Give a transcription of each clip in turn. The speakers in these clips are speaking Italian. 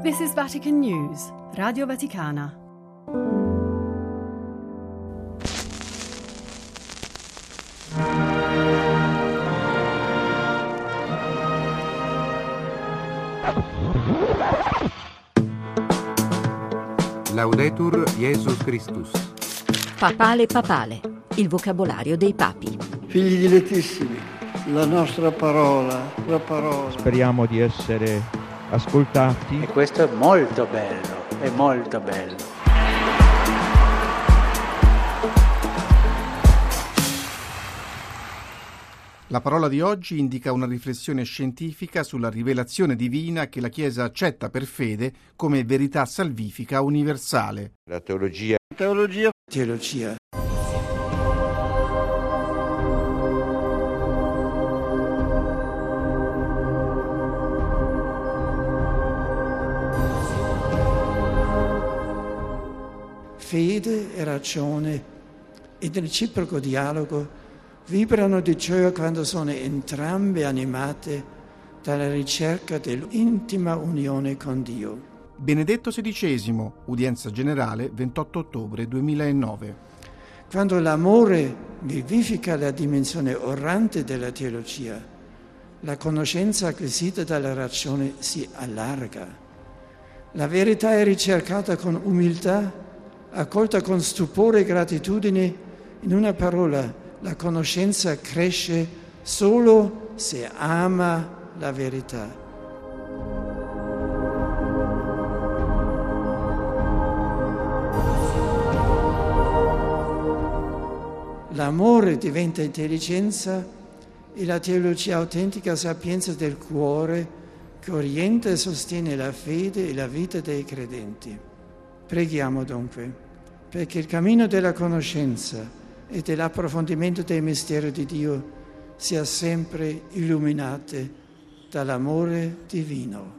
This is Vatican News, Radio Vaticana. Laudetur Jesus Christus. Papale papale, il vocabolario dei papi. Figli dilettissimi, la nostra parola, la parola. Speriamo di essere ascoltati. E questo è molto bello, è molto bello. La parola di oggi indica una riflessione scientifica sulla rivelazione divina che la Chiesa accetta per fede come verità salvifica universale. La teologia. Teologia. Teologia. Fede e ragione ed il reciproco dialogo vibrano di gioia quando sono entrambe animate dalla ricerca dell'intima unione con Dio. Benedetto XVI, udienza generale, 28 ottobre 2009. Quando l'amore vivifica la dimensione orante della teologia, la conoscenza acquisita dalla ragione si allarga. La verità è ricercata con umiltà, accolta con stupore e gratitudine. In una parola, la conoscenza cresce solo se ama la verità. L'amore diventa intelligenza e la teologia autentica sapienza del cuore che orienta e sostiene la fede e la vita dei credenti. Preghiamo dunque perché il cammino della conoscenza e dell'approfondimento dei misteri di Dio sia sempre illuminate dall'amore divino.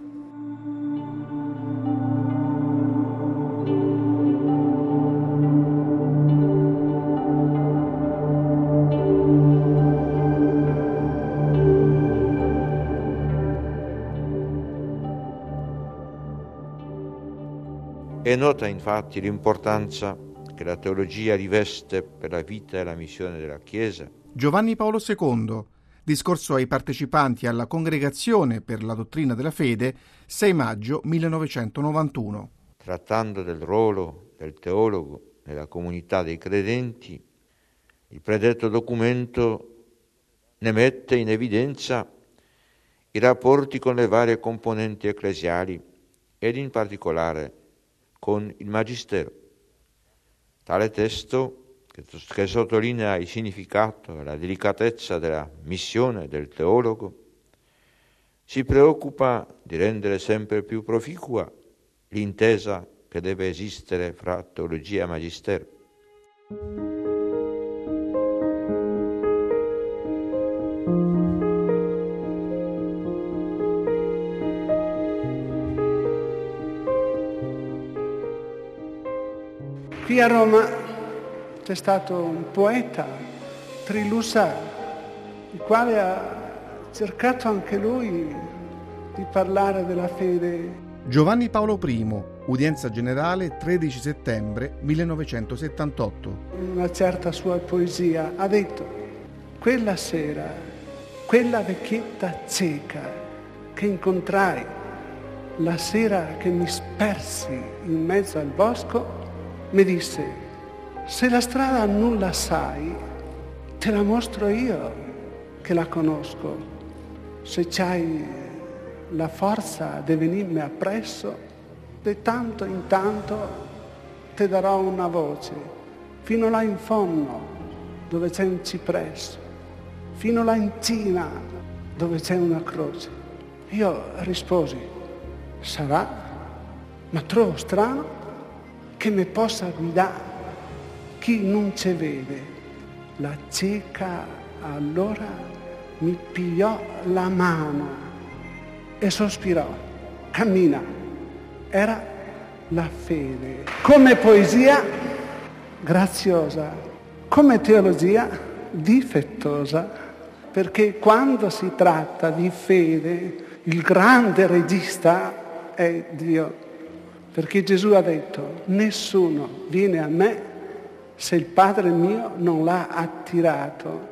È nota infatti l'importanza che la teologia riveste per la vita e la missione della Chiesa. Giovanni Paolo II, discorso ai partecipanti alla Congregazione per la Dottrina della Fede, 6 maggio 1991. Trattando del ruolo del teologo nella comunità dei credenti, il predetto documento ne mette in evidenza i rapporti con le varie componenti ecclesiali ed in particolare con il Magistero. Tale testo, che sottolinea il significato e la delicatezza della missione del teologo, si preoccupa di rendere sempre più proficua l'intesa che deve esistere fra teologia e magistero. Qui a Roma c'è stato un poeta, Trilussa, il quale ha cercato anche lui di parlare della fede. Giovanni Paolo I, udienza generale, 13 settembre 1978. Una certa sua poesia ha detto: quella sera, quella vecchietta cieca che incontrai, la sera che mi spersi in mezzo al bosco, mi disse: se la strada non la sai, te la mostro io che la conosco. Se c'hai la forza di venirmi appresso, di tanto in tanto ti darò una voce, fino là in fondo dove c'è un cipresso, fino là in cima dove c'è una croce. Io risposi: sarà, ma trovo strano che mi possa guidare chi non ci vede. La cieca allora mi pigliò la mano e sospirò: cammina. Era la fede. Come poesia graziosa, come teologia difettosa, perché quando si tratta di fede il grande regista è Dio, perché Gesù ha detto: nessuno viene a me se il Padre mio non l'ha attirato.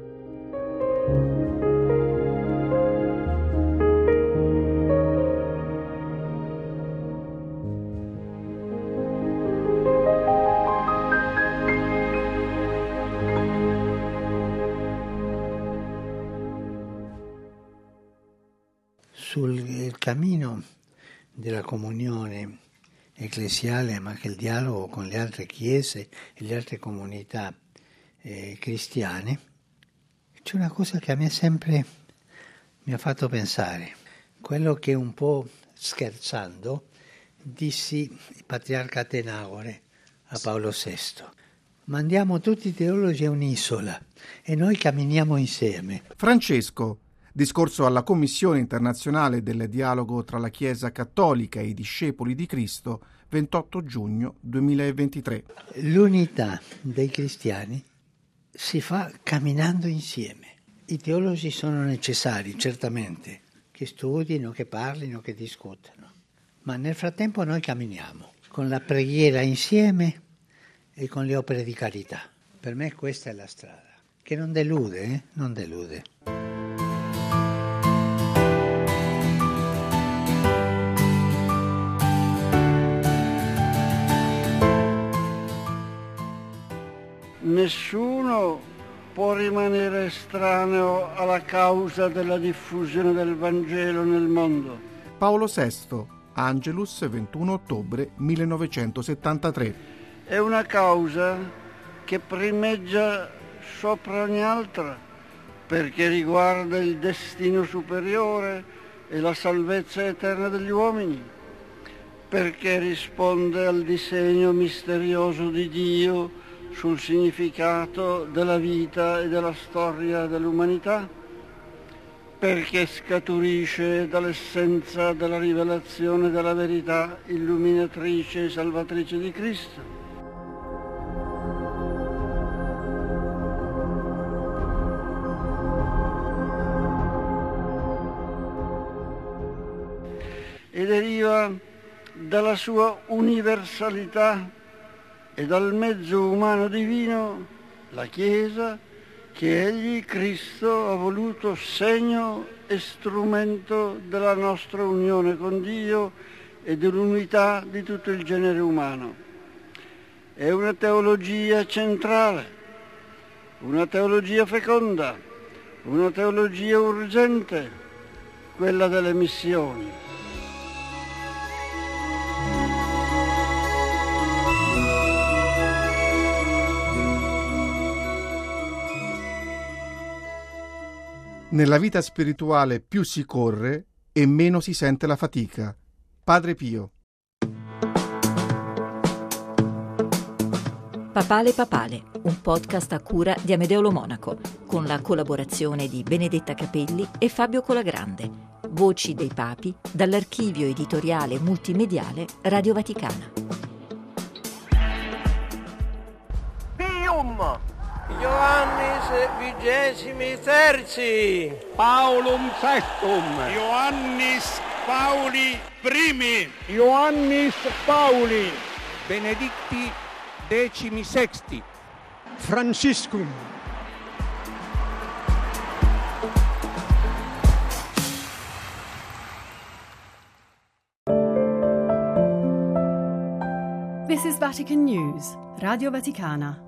Sul cammino della comunione ecclesiale, ma anche il dialogo con le altre chiese e le altre comunità cristiane, c'è una cosa che a me sempre mi ha fatto pensare. Quello che un po' scherzando dissi il patriarca Atenagore a Paolo VI: mandiamo tutti i teologi a un'isola e noi camminiamo insieme. Francesco, discorso alla Commissione internazionale del dialogo tra la Chiesa cattolica e i discepoli di Cristo, 28 giugno 2023. L'unità dei cristiani si fa camminando insieme. I teologi sono necessari, certamente, che studino, che parlino, che discutano, ma nel frattempo noi camminiamo con la preghiera insieme e con le opere di carità. Per me questa è la strada, che non delude, non delude. Nessuno può rimanere estraneo alla causa della diffusione del Vangelo nel mondo. Paolo VI, Angelus, 21 ottobre 1973. È una causa che primeggia sopra ogni altra, perché riguarda il destino superiore e la salvezza eterna degli uomini, perché risponde al disegno misterioso di Dio sul significato della vita e della storia dell'umanità, perché scaturisce dall'essenza della rivelazione della verità illuminatrice e salvatrice di Cristo. E deriva dalla sua universalità e dal mezzo umano divino, la Chiesa, che egli, Cristo, ha voluto segno e strumento della nostra unione con Dio e dell'unità di tutto il genere umano. È una teologia centrale, una teologia feconda, una teologia urgente, quella delle missioni. Nella vita spirituale più si corre e meno si sente la fatica. Padre Pio. Papale Papale, un podcast a cura di Amedeo Lo Monaco, con la collaborazione di Benedetta Capelli e Fabio Colagrande. Voci dei Papi, dall'archivio editoriale multimediale Radio Vaticana. Pium! Ioannis XXIII, Paulum VI, Ioannis Pauli I, Ioannis Pauli, Benedicti XVI, Franciscum. This is Vatican News, Radio Vaticana.